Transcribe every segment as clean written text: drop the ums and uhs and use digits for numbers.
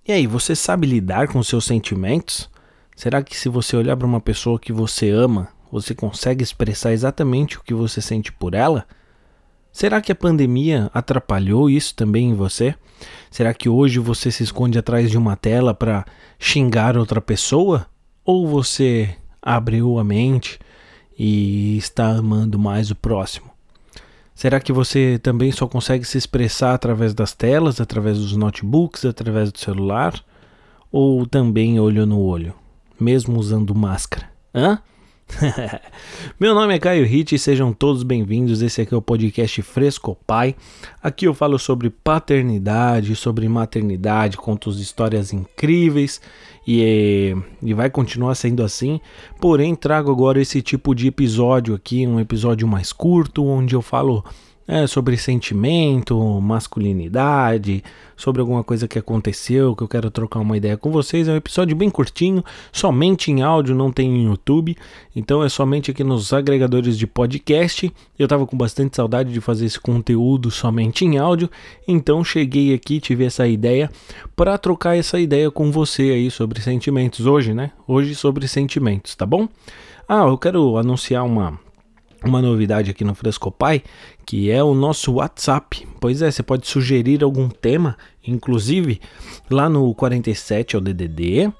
E aí, você sabe lidar com seus sentimentos? Será que se você olhar para uma pessoa que você ama, você consegue expressar exatamente o que você sente por ela? Será que a pandemia atrapalhou isso também em você? Será que hoje você se esconde atrás de uma tela para xingar outra pessoa? Ou você abriu a mente e está amando mais o próximo? Será que você também só consegue se expressar através das telas, através dos notebooks, através do celular? Ou também olho no olho, mesmo usando máscara? Hã? Meu nome é Caio Ritt e sejam todos bem-vindos. Esse aqui é o podcast Fresco Pai. Aqui eu falo sobre paternidade, sobre maternidade, conto histórias incríveis e vai continuar sendo assim. Porém, trago agora esse tipo de episódio aqui, um episódio mais curto, onde eu falo sobre sentimento, masculinidade, sobre alguma coisa que aconteceu, que eu quero trocar uma ideia com vocês. É um episódio bem curtinho, somente em áudio, não tem em YouTube, então é somente aqui nos agregadores de podcast. Eu tava com bastante saudade de fazer esse conteúdo somente em áudio, então cheguei aqui, tive essa ideia para trocar essa ideia com você aí sobre sentimentos hoje, né? Hoje sobre sentimentos, tá bom? Eu quero anunciar uma novidade aqui no Frescopai, que é o nosso WhatsApp. Pois é, você pode sugerir algum tema, inclusive lá no 47 é o DDD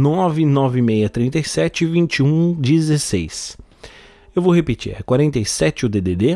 99637 2116. Eu vou repetir, é 47 o DDD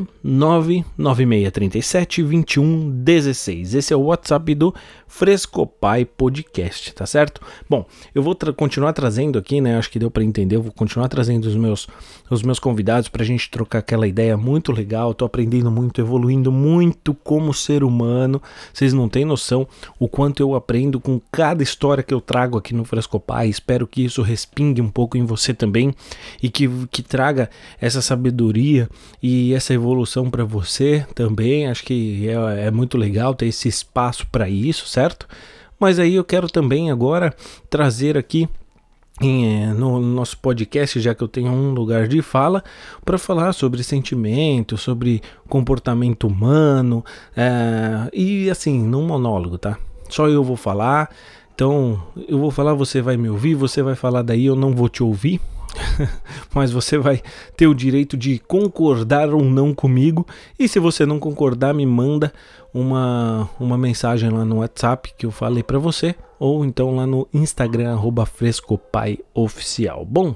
99637 2116. Esse é o WhatsApp do Frescopai Podcast, tá certo? Bom, eu vou continuar trazendo aqui, né? Acho que deu para entender. Eu vou continuar trazendo os meus convidados pra gente trocar aquela ideia muito legal. Tô aprendendo muito, evoluindo muito como ser humano. Vocês não têm noção o quanto eu aprendo com cada história que eu trago aqui no Frescopai. Espero que isso respingue um pouco em você também e que traga essa sabedoria e essa evolução para você também. Acho que é muito legal ter esse espaço para isso, certo? Mas aí eu quero também agora trazer aqui no nosso podcast, já que eu tenho um lugar de fala, para falar sobre sentimento, sobre comportamento humano, e assim, num monólogo, tá? Só eu vou falar, então eu vou falar, você vai me ouvir, você vai falar, daí eu não vou te ouvir, mas você vai ter o direito de concordar ou não comigo. E se você não concordar, me manda uma mensagem lá no WhatsApp que eu falei pra você, ou então lá no Instagram @frescopaiOficial. Bom,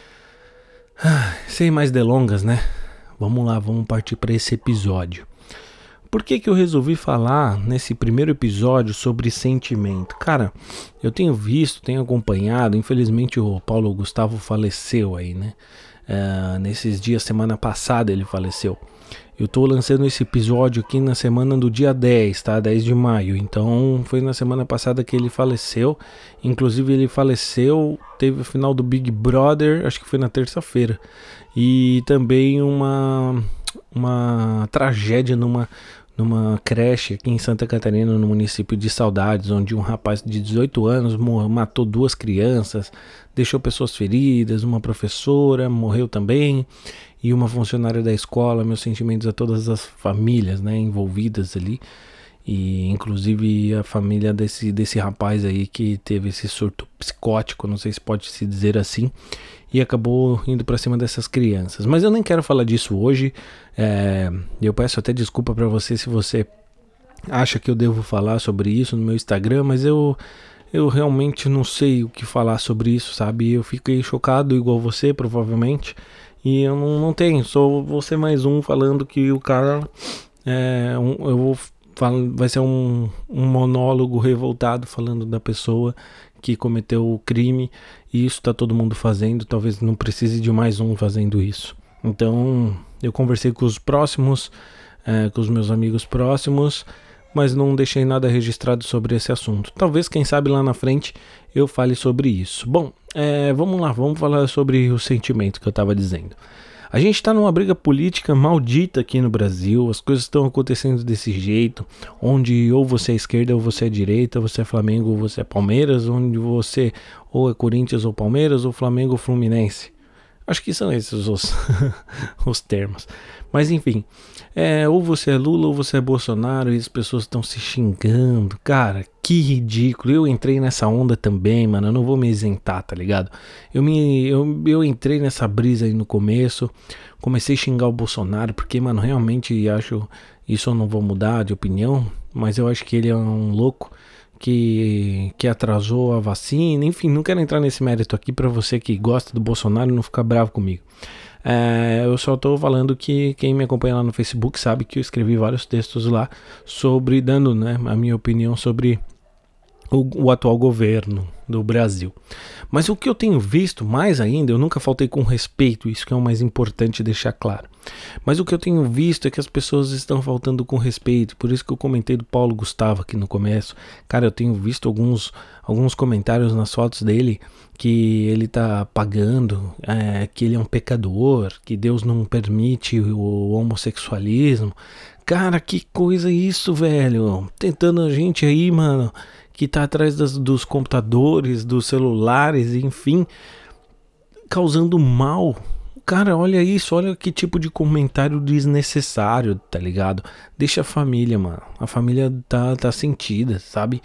sem mais delongas, né? Vamos lá, vamos partir para esse episódio. Por que eu resolvi falar nesse primeiro episódio sobre sentimento? Cara, eu tenho visto, tenho acompanhado, infelizmente o Paulo Gustavo faleceu aí, né? Nesses dias, semana passada ele faleceu. Eu tô lançando esse episódio aqui na semana do dia 10, tá? 10 de maio. Então foi na semana passada que ele faleceu. Inclusive ele faleceu, teve o final do Big Brother, acho que foi na terça-feira. E também uma tragédia numa creche aqui em Santa Catarina, no município de Saudades, onde um rapaz de 18 anos matou 2 crianças, deixou pessoas feridas, uma professora morreu também e uma funcionária da escola. Meus sentimentos a todas as famílias, né, envolvidas ali, e inclusive a família desse rapaz aí que teve esse surto psicótico, não sei se pode se dizer assim, e acabou indo pra cima dessas crianças. Mas eu nem quero falar disso hoje. Eu peço até desculpa pra você se você acha que eu devo falar sobre isso no meu Instagram, mas eu realmente não sei o que falar sobre isso, sabe? Eu fiquei chocado igual você, provavelmente, e eu não tenho, só vou ser mais um falando que o cara vai ser um monólogo revoltado falando da pessoa que cometeu o crime, e isso tá todo mundo fazendo, talvez não precise de mais um fazendo isso. Então eu conversei com os próximos, com os meus amigos próximos, mas não deixei nada registrado sobre esse assunto. Talvez, quem sabe lá na frente eu fale sobre isso. Bom, vamos lá, vamos falar sobre o sentimento que eu tava dizendo. A gente está numa briga política maldita aqui no Brasil, as coisas estão acontecendo desse jeito, onde ou você é esquerda ou você é direita, você é Flamengo ou você é Palmeiras, onde você ou é Corinthians ou Palmeiras ou Flamengo ou Fluminense. Acho que são esses os, os termos. Mas enfim, ou você é Lula ou você é Bolsonaro e as pessoas estão se xingando. Cara, que ridículo. Eu entrei nessa onda também, mano. Eu não vou me isentar, tá ligado? Eu entrei nessa brisa aí no começo. Comecei a xingar o Bolsonaro porque, mano, realmente acho... Isso eu não vou mudar de opinião, mas eu acho que ele é um louco que atrasou a vacina. Enfim, não quero entrar nesse mérito aqui pra você que gosta do Bolsonaro não ficar bravo comigo. Eu só tô falando que quem me acompanha lá no Facebook sabe que eu escrevi vários textos lá sobre, dando, né, a minha opinião sobre o atual governo do Brasil. Mas o que eu tenho visto mais ainda, eu nunca faltei com respeito, isso que é o mais importante deixar claro. Mas o que eu tenho visto é que as pessoas estão faltando com respeito, por isso que eu comentei do Paulo Gustavo aqui no começo. Cara, eu tenho visto alguns comentários nas fotos dele que ele tá pagando, que ele é um pecador, que Deus não permite o homossexualismo. Cara, que coisa isso, velho. Tentando a gente aí, mano, que tá atrás dos computadores, dos celulares, enfim, causando mal. Cara, olha isso, olha que tipo de comentário desnecessário, tá ligado? Deixa a família, mano. A família tá sentida, sabe?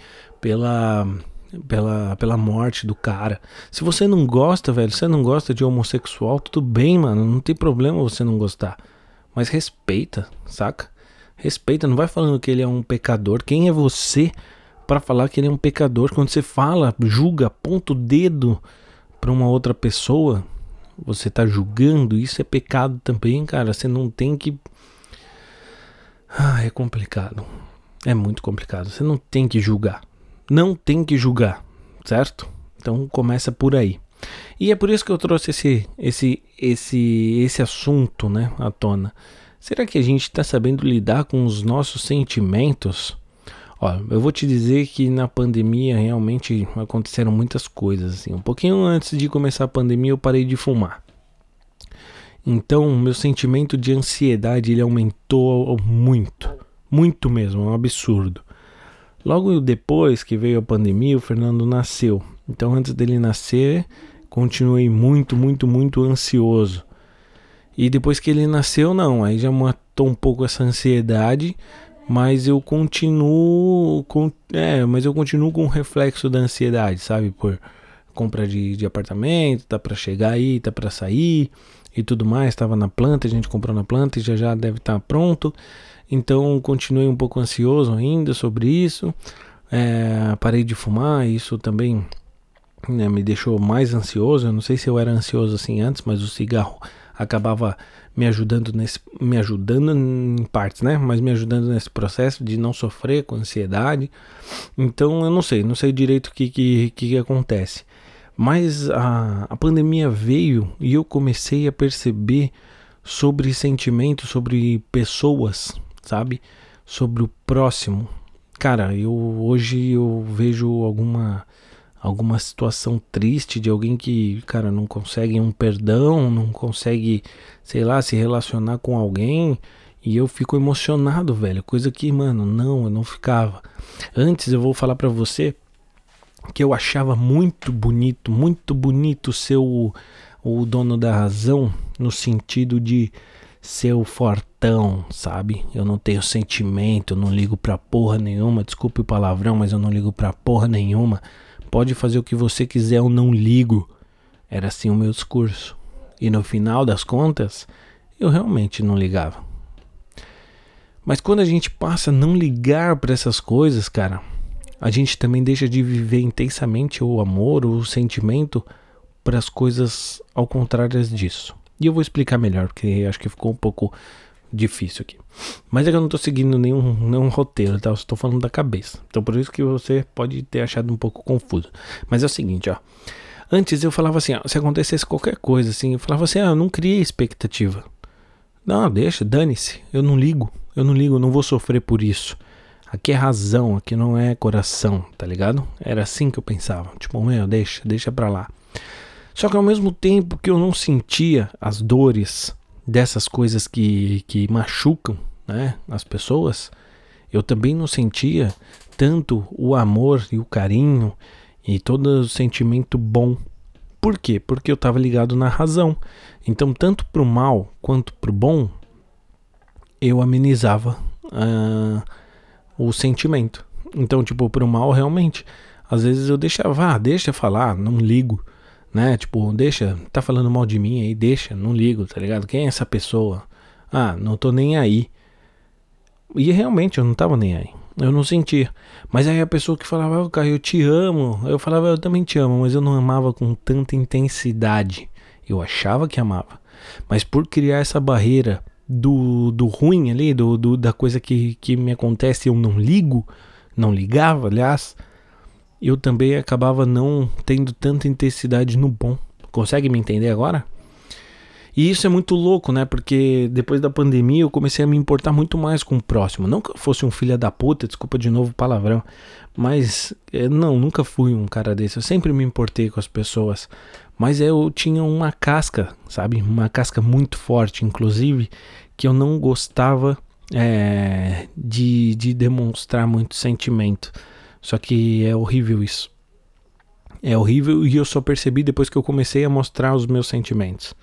Pela morte do cara. Se você não gosta, velho, você não gosta de homossexual, tudo bem, mano. Não tem problema você não gostar. Mas respeita, saca? Respeita, não vai falando que ele é um pecador. Quem é você para falar que ele é um pecador? Quando você fala, julga, aponta o dedo para uma outra pessoa, você tá julgando, isso é pecado também, cara. Você não tem que... é complicado. É muito complicado. Você não tem que julgar. Não tem que julgar, certo? Então começa por aí. E é por isso que eu trouxe esse assunto, né, à tona. Será que a gente está sabendo lidar com os nossos sentimentos? Ó, eu vou te dizer que na pandemia realmente aconteceram muitas coisas, assim. Um pouquinho antes de começar a pandemia eu parei de fumar. Então, meu sentimento de ansiedade ele aumentou muito. Muito mesmo, é um absurdo. Logo depois que veio a pandemia, o Fernando nasceu. Então, antes dele nascer, continuei muito, muito, muito ansioso. E depois que ele nasceu, não, aí já matou um pouco essa ansiedade, mas eu continuo com o reflexo da ansiedade, sabe? Por compra de apartamento, tá para chegar aí, tá para sair e tudo mais, tava na planta, a gente comprou na planta e já deve estar pronto. Então continuei um pouco ansioso ainda sobre isso. Parei de fumar, isso também, né, me deixou mais ansioso. Eu não sei se eu era ansioso assim antes, mas o cigarro acabava me ajudando em partes, né? Mas me ajudando nesse processo de não sofrer com ansiedade. Então eu não sei direito o que acontece. Mas a pandemia veio e eu comecei a perceber sobre sentimentos, sobre pessoas, sabe? Sobre o próximo. Cara, hoje eu vejo alguma situação triste de alguém que, cara, não consegue um perdão, não consegue, sei lá, se relacionar com alguém, e eu fico emocionado, velho, coisa que, mano, eu não ficava. Antes eu vou falar pra você que eu achava muito bonito ser o dono da razão, no sentido de ser o fortão, sabe? Eu não tenho sentimento, eu não ligo pra porra nenhuma, desculpe o palavrão, mas eu não ligo pra porra nenhuma. Pode fazer o que você quiser, eu não ligo. Era assim o meu discurso. E no final das contas, eu realmente não ligava. Mas quando a gente passa a não ligar para essas coisas, cara, a gente também deixa de viver intensamente o amor, o sentimento para as coisas ao contrário disso. E eu vou explicar melhor, porque acho que ficou um pouco difícil aqui. Mas é que eu não tô seguindo nenhum roteiro, tá? Eu só tô falando da cabeça. Então por isso que você pode ter achado um pouco confuso. Mas é o seguinte, ó. Antes eu falava assim, ó, se acontecesse qualquer coisa, assim, eu falava assim, eu não criei expectativa. Não, deixa, dane-se. Eu não ligo, eu não vou sofrer por isso. Aqui é razão, aqui não é coração, tá ligado? Era assim que eu pensava. Tipo, deixa pra lá. Só que ao mesmo tempo que eu não sentia as dores dessas coisas que machucam, né, as pessoas, eu também não sentia tanto o amor e o carinho e todo o sentimento bom Por quê? Porque eu estava ligado na razão. Então, tanto pro mal quanto pro bom, eu amenizava o sentimento. Então, tipo, pro mal, realmente, às vezes eu deixava, deixa falar, não ligo, né? Tipo, deixa, tá falando mal de mim aí, deixa, não ligo, tá ligado? Quem é essa pessoa? Não tô nem aí. E realmente, eu não tava nem aí. Eu não sentia. Mas aí a pessoa que falava, Caio, eu te amo. Eu falava, eu também te amo, mas eu não amava com tanta intensidade. Eu achava que amava. Mas por criar essa barreira do ruim ali, da coisa que me acontece, eu não ligo, não ligava, aliás, eu também acabava não tendo tanta intensidade no bom. Consegue me entender agora? E isso é muito louco, né? Porque depois da pandemia eu comecei a me importar muito mais com o próximo. Não que eu fosse um filho da puta, desculpa de novo o palavrão. Mas, não, nunca fui um cara desse. Eu sempre me importei com as pessoas. Mas eu tinha uma casca, sabe? Uma casca muito forte, inclusive, que eu não gostava de demonstrar muito sentimento. Só que é horrível isso. É horrível e eu só percebi depois que eu comecei a mostrar os meus sentimentos.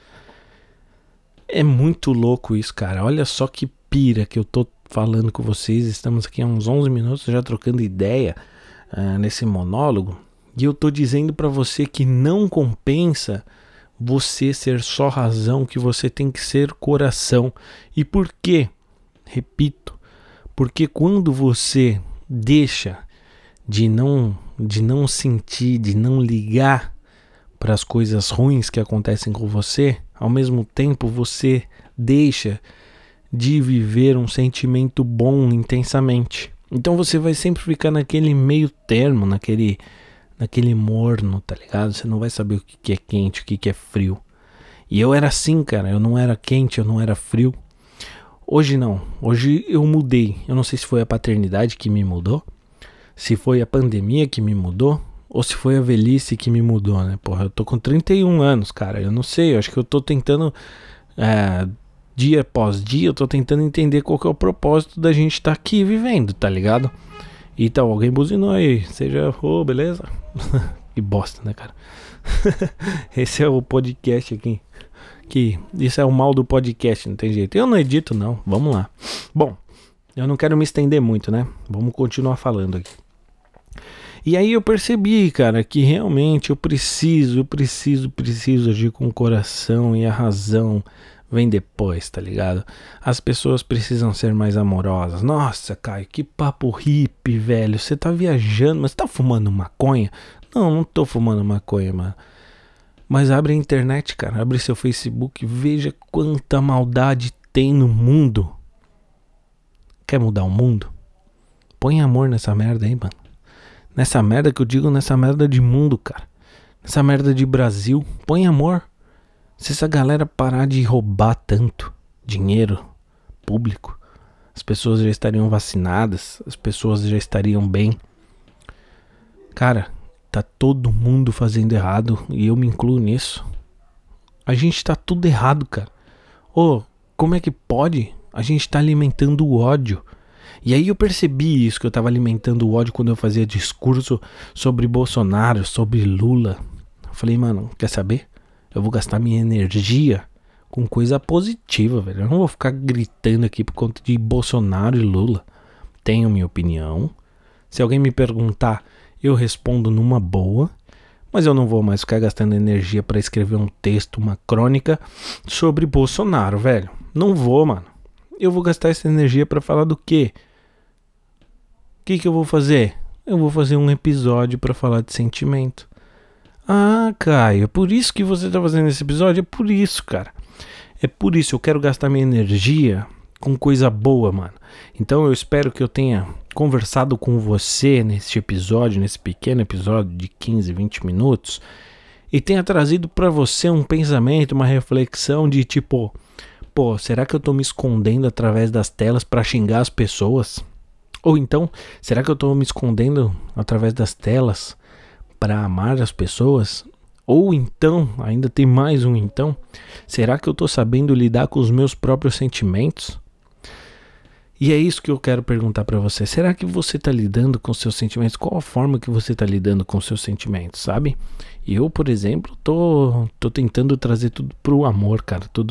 É muito louco isso, cara. Olha só que pira que eu tô falando com vocês. Estamos aqui há uns 11 minutos já trocando ideia nesse monólogo. E eu tô dizendo pra você que não compensa você ser só razão, que você tem que ser coração. E por quê? Repito, porque quando você deixa de não sentir, de não ligar para as coisas ruins que acontecem com você, ao mesmo tempo você deixa de viver um sentimento bom intensamente. Então você vai sempre ficar naquele meio termo, naquele morno, tá ligado? Você não vai saber o que é quente, o que é frio. E eu era assim, cara, eu não era quente, eu não era frio. Hoje não, hoje eu mudei. Eu não sei se foi a paternidade que me mudou, se foi a pandemia que me mudou, ou se foi a velhice que me mudou, né? Porra, eu tô com 31 anos, cara. Eu não sei, eu acho que eu tô tentando, dia após dia, eu tô tentando entender qual que é o propósito da gente estar aqui vivendo, tá ligado? Então, alguém buzinou aí, seja, beleza? Que bosta, né, cara? Esse é o podcast aqui. Isso é o mal do podcast, não tem jeito. Eu não edito, não. Vamos lá. Bom, eu não quero me estender muito, né? Vamos continuar falando aqui. E aí eu percebi, cara, que realmente eu preciso agir com o coração e a razão vem depois, tá ligado? As pessoas precisam ser mais amorosas. Nossa, Caio, que papo hippie, velho. Você tá viajando, mas tá fumando maconha? Não tô fumando maconha, mano. Mas abre a internet, cara, abre seu Facebook, veja quanta maldade tem no mundo. Quer mudar o mundo? Põe amor nessa merda aí, mano. Nessa merda que eu digo, nessa merda de mundo, cara. Nessa merda de Brasil. Põe amor. Se essa galera parar de roubar tanto dinheiro público, as pessoas já estariam vacinadas, as pessoas já estariam bem. Cara, tá todo mundo fazendo errado e eu me incluo nisso. A gente tá tudo errado, cara. Como é que pode? A gente tá alimentando o ódio. E aí eu percebi isso, que eu tava alimentando o ódio quando eu fazia discurso sobre Bolsonaro, sobre Lula. Eu falei, mano, quer saber? Eu vou gastar minha energia com coisa positiva, velho. Eu não vou ficar gritando aqui por conta de Bolsonaro e Lula. Tenho minha opinião. Se alguém me perguntar, eu respondo numa boa. Mas eu não vou mais ficar gastando energia pra escrever um texto, uma crônica sobre Bolsonaro, velho. Não vou, mano. Eu vou gastar essa energia pra falar do quê? O que eu vou fazer? Eu vou fazer um episódio pra falar de sentimento. Caio, é por isso que você tá fazendo esse episódio? É por isso, cara. É por isso, eu quero gastar minha energia com coisa boa, mano. Então eu espero que eu tenha conversado com você nesse episódio, nesse pequeno episódio de 15, 20 minutos, e tenha trazido pra você um pensamento, uma reflexão de tipo, será que eu tô me escondendo através das telas pra xingar as pessoas? Ou então, será que eu tô me escondendo através das telas para amar as pessoas? Ou então, ainda tem mais um então, será que eu tô sabendo lidar com os meus próprios sentimentos? E é isso que eu quero perguntar para você. Será que você está lidando com seus sentimentos? Qual a forma que você está lidando com seus sentimentos, sabe? Eu, por exemplo, tô tentando trazer tudo pro amor, cara. Tudo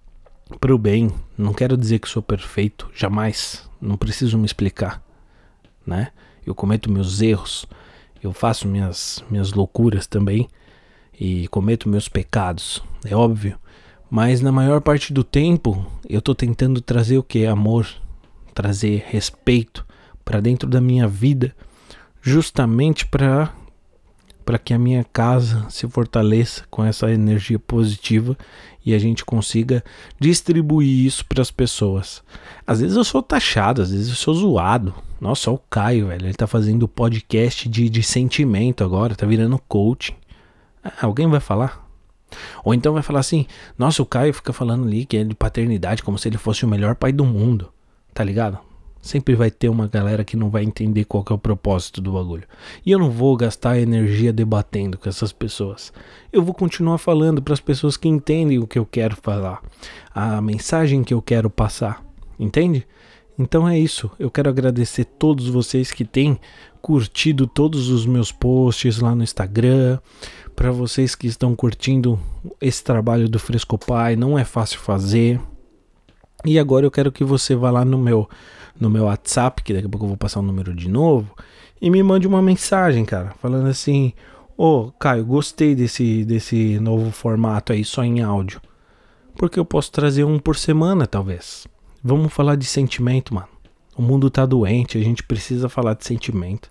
pro bem. Não quero dizer que sou perfeito, jamais. Não preciso me explicar, né? Eu cometo meus erros. Eu faço minhas loucuras também. E cometo meus pecados, é óbvio. Mas na maior parte do tempo, eu tô tentando trazer o que? Amor. Trazer respeito para dentro da minha vida, justamente para que a minha casa se fortaleça com essa energia positiva e a gente consiga distribuir isso para as pessoas. Às vezes eu sou taxado, às vezes eu sou zoado. Nossa, o Caio, velho, ele tá fazendo podcast de sentimento agora, tá virando coaching. Alguém vai falar? Ou então vai falar assim, nossa, o Caio fica falando ali que é de paternidade como se ele fosse o melhor pai do mundo. Tá ligado? Sempre vai ter uma galera que não vai entender qual que é o propósito do bagulho. E eu não vou gastar energia debatendo com essas pessoas. Eu vou continuar falando para as pessoas que entendem o que eu quero falar. A mensagem que eu quero passar. Entende? Então é isso. Eu quero agradecer todos vocês que têm curtido todos os meus posts lá no Instagram. Para vocês que estão curtindo esse trabalho do Frescopai. Não é fácil fazer. E agora eu quero que você vá lá no meu WhatsApp, que daqui a pouco eu vou passar o número de novo, e me mande uma mensagem, cara, falando assim, Caio, gostei desse novo formato aí, só em áudio. Porque eu posso trazer um por semana, talvez. Vamos falar de sentimento, mano. O mundo tá doente, a gente precisa falar de sentimento.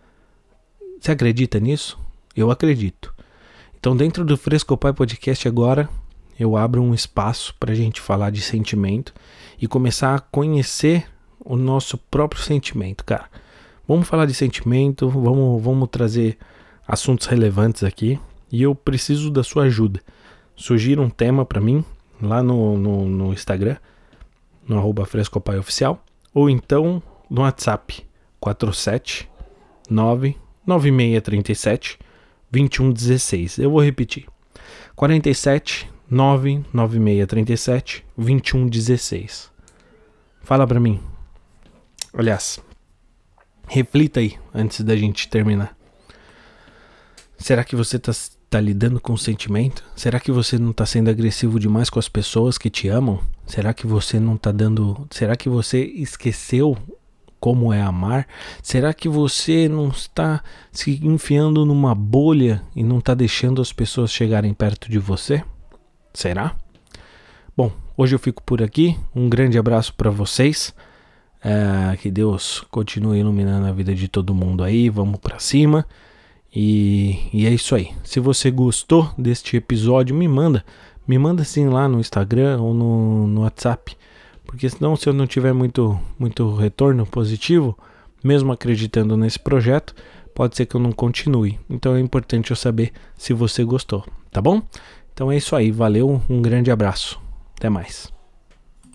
Você acredita nisso? Eu acredito. Então, dentro do Frescopai Podcast agora, eu abro um espaço para a gente falar de sentimento e começar a conhecer o nosso próprio sentimento, cara. Vamos falar de sentimento, vamos trazer assuntos relevantes aqui e eu preciso da sua ajuda. Sugira um tema para mim lá no Instagram, no @frescopaiOficial, ou então no WhatsApp 47996372116. Eu vou repetir. 47996372116. Fala pra mim. Aliás, reflita aí antes da gente terminar. Será que você tá lidando com sentimento? Será que você não tá sendo agressivo demais com as pessoas que te amam? Será que você não tá dando... Será que você esqueceu como é amar? Será que você não está se enfiando numa bolha e não está deixando as pessoas chegarem perto de você? Será? Bom, hoje eu fico por aqui. Um grande abraço para vocês. Que Deus continue iluminando a vida de todo mundo aí. Vamos para cima. E é isso aí. Se você gostou deste episódio, me manda sim lá no Instagram ou no WhatsApp. Porque senão, se eu não tiver muito retorno positivo, mesmo acreditando nesse projeto, pode ser que eu não continue. Então é importante eu saber se você gostou, tá bom? Então é isso aí, valeu, um grande abraço, até mais.